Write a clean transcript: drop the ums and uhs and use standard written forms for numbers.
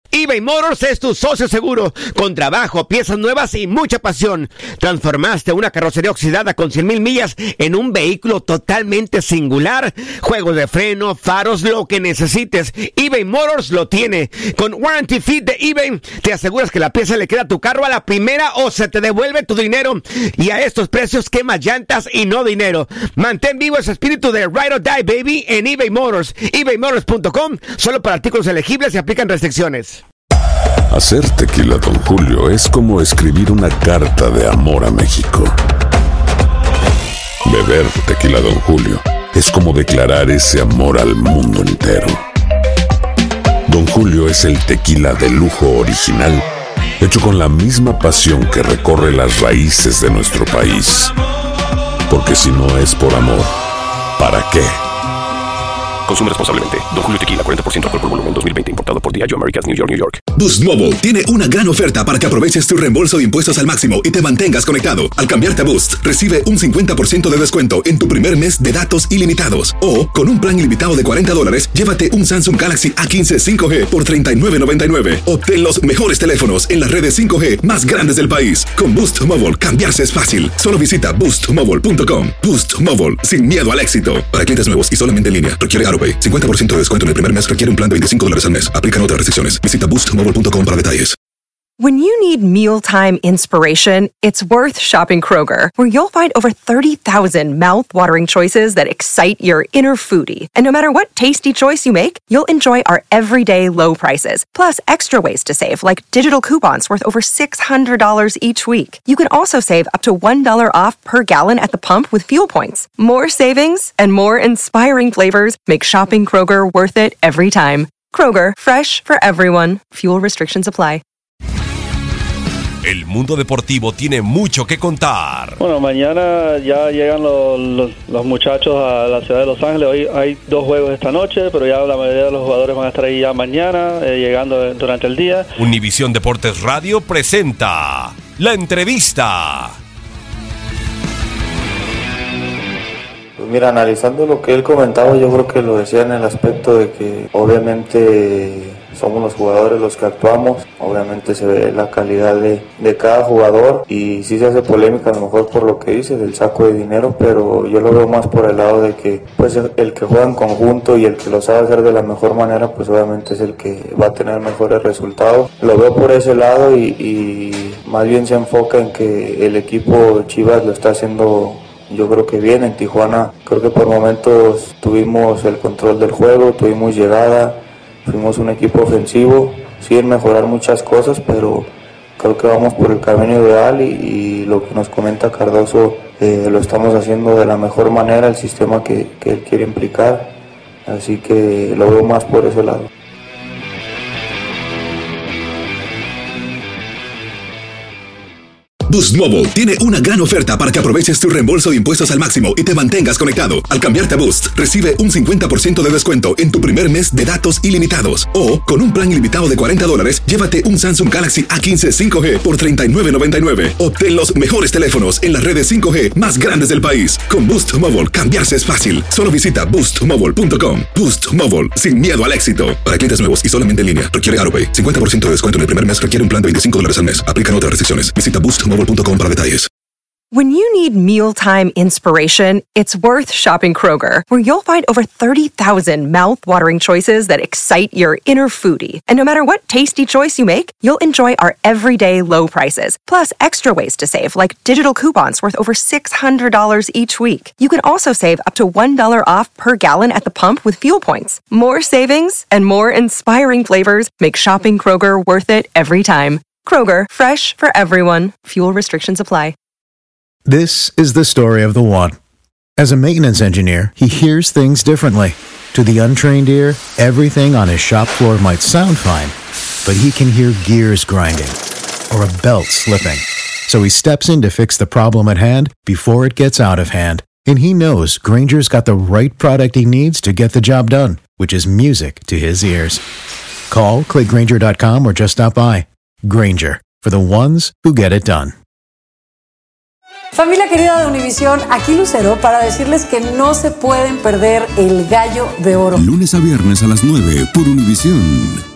eBay Motors es tu socio seguro. Con trabajo, piezas nuevas y mucha pasión. Transformaste una carrocería oxidada con 100,000 millas en un vehículo totalmente singular. Juegos de freno, faros, lo que necesites, eBay Motors lo tiene. Con Warranty Fit de eBay, te aseguras que la pieza le queda a tu carro a la primera o se te devuelve tu dinero. Y a estos precios, quemas llantas y no dinero. Mantén vivo ese espíritu de Ride or Die, baby, en eBay Motors. ebaymotors.com. Solo para artículos elegibles y aplican restricciones. Hacer tequila Don Julio es como escribir una carta de amor a México. Beber tequila Don Julio es como declarar ese amor al mundo entero. Don Julio es el tequila de lujo original, hecho con la misma pasión que recorre las raíces de nuestro país. Porque si no es por amor, ¿para qué? Consume responsablemente. Don Julio Tequila, 40% alcohol por volumen, 2020. Importado por Diageo Americas, New York, New York. Boost Mobile tiene una gran oferta para que aproveches tu reembolso de impuestos al máximo y te mantengas conectado. Al cambiarte a Boost, recibe un 50% de descuento en tu primer mes de datos ilimitados. O, con un plan ilimitado de $40, llévate un Samsung Galaxy A15 5G por $39.99. Obtén los mejores teléfonos en las redes 5G más grandes del país. Con Boost Mobile, cambiarse es fácil. Solo visita boostmobile.com. Boost Mobile, sin miedo al éxito. Para clientes nuevos y solamente en línea, requiere AroPay. 50% de descuento en el primer mes, requiere un plan de $25 al mes. Aplican otras restricciones. Visita boostmobile.com para detalles. When you need mealtime inspiration, it's worth shopping Kroger, where you'll find over 30,000 mouth-watering choices that excite your inner foodie. And no matter what tasty choice you make, you'll enjoy our everyday low prices, plus extra ways to save, like digital coupons worth over $600 each week. You can also save up to $1 off per gallon at the pump with fuel points. More savings and more inspiring flavors make shopping Kroger worth it every time. Kroger, fresh for everyone. Fuel restrictions apply. El mundo deportivo tiene mucho que contar. Bueno, mañana ya llegan los muchachos a la ciudad de Los Ángeles. Hoy hay 2 juegos esta noche, pero ya la mayoría de los jugadores van a estar ahí ya mañana, llegando durante el día. Univisión Deportes Radio presenta La Entrevista. Pues mira, analizando lo que él comentaba, yo creo que lo decía en el aspecto de que obviamente somos los jugadores los que actuamos, obviamente se ve la calidad de cada jugador y sí se hace polémica a lo mejor por lo que dice del saco de dinero, pero yo lo veo más por el lado de que pues el que juega en conjunto y el que lo sabe hacer de la mejor manera, pues obviamente es el que va a tener mejores resultados. Lo veo por ese lado y más bien se enfoca en que el equipo Chivas lo está haciendo, yo creo que bien. En Tijuana creo que por momentos tuvimos el control del juego, tuvimos llegada, fuimos un equipo ofensivo, sí en mejorar muchas cosas, pero creo que vamos por el camino ideal y lo que nos comenta Cardoso lo estamos haciendo de la mejor manera, el sistema que él quiere implicar, así que lo veo más por ese lado. Boost Mobile tiene una gran oferta para que aproveches tu reembolso de impuestos al máximo y te mantengas conectado. Al cambiarte a Boost, recibe un 50% de descuento en tu primer mes de datos ilimitados. O, con un plan ilimitado de $40, llévate un Samsung Galaxy A15 5G por $39.99. Obtén los mejores teléfonos en las redes 5G más grandes del país. Con Boost Mobile, cambiarse es fácil. Solo visita boostmobile.com. Boost Mobile, sin miedo al éxito. Para clientes nuevos y solamente en línea, requiere AroPay. 50% de descuento en el primer mes, requiere un plan de $25 al mes. Aplican otras restricciones. Visita boostmobile.com para detalles. When you need mealtime inspiration, it's worth shopping Kroger, where you'll find over 30,000 mouth-watering choices that excite your inner foodie. And no matter what tasty choice you make, you'll enjoy our everyday low prices, plus extra ways to save, like digital coupons worth over $600 each week. You can also save up to $1 off per gallon at the pump with fuel points. More savings and more inspiring flavors make shopping Kroger worth it every time. Kroger, fresh for everyone. Fuel restrictions apply. This is the story of the one. As a maintenance engineer, he hears things differently. To the untrained ear, everything on his shop floor might sound fine, but he can hear gears grinding or a belt slipping. So he steps in to fix the problem at hand before it gets out of hand. And he knows Grainger's got the right product he needs to get the job done, which is music to his ears. Call, click Grainger.com or just stop by. Grainger, for the ones who get it done. Familia querida de Univisión, aquí Lucero para decirles que no se pueden perder el Gallo de Oro. Lunes a viernes a las 9 por Univisión.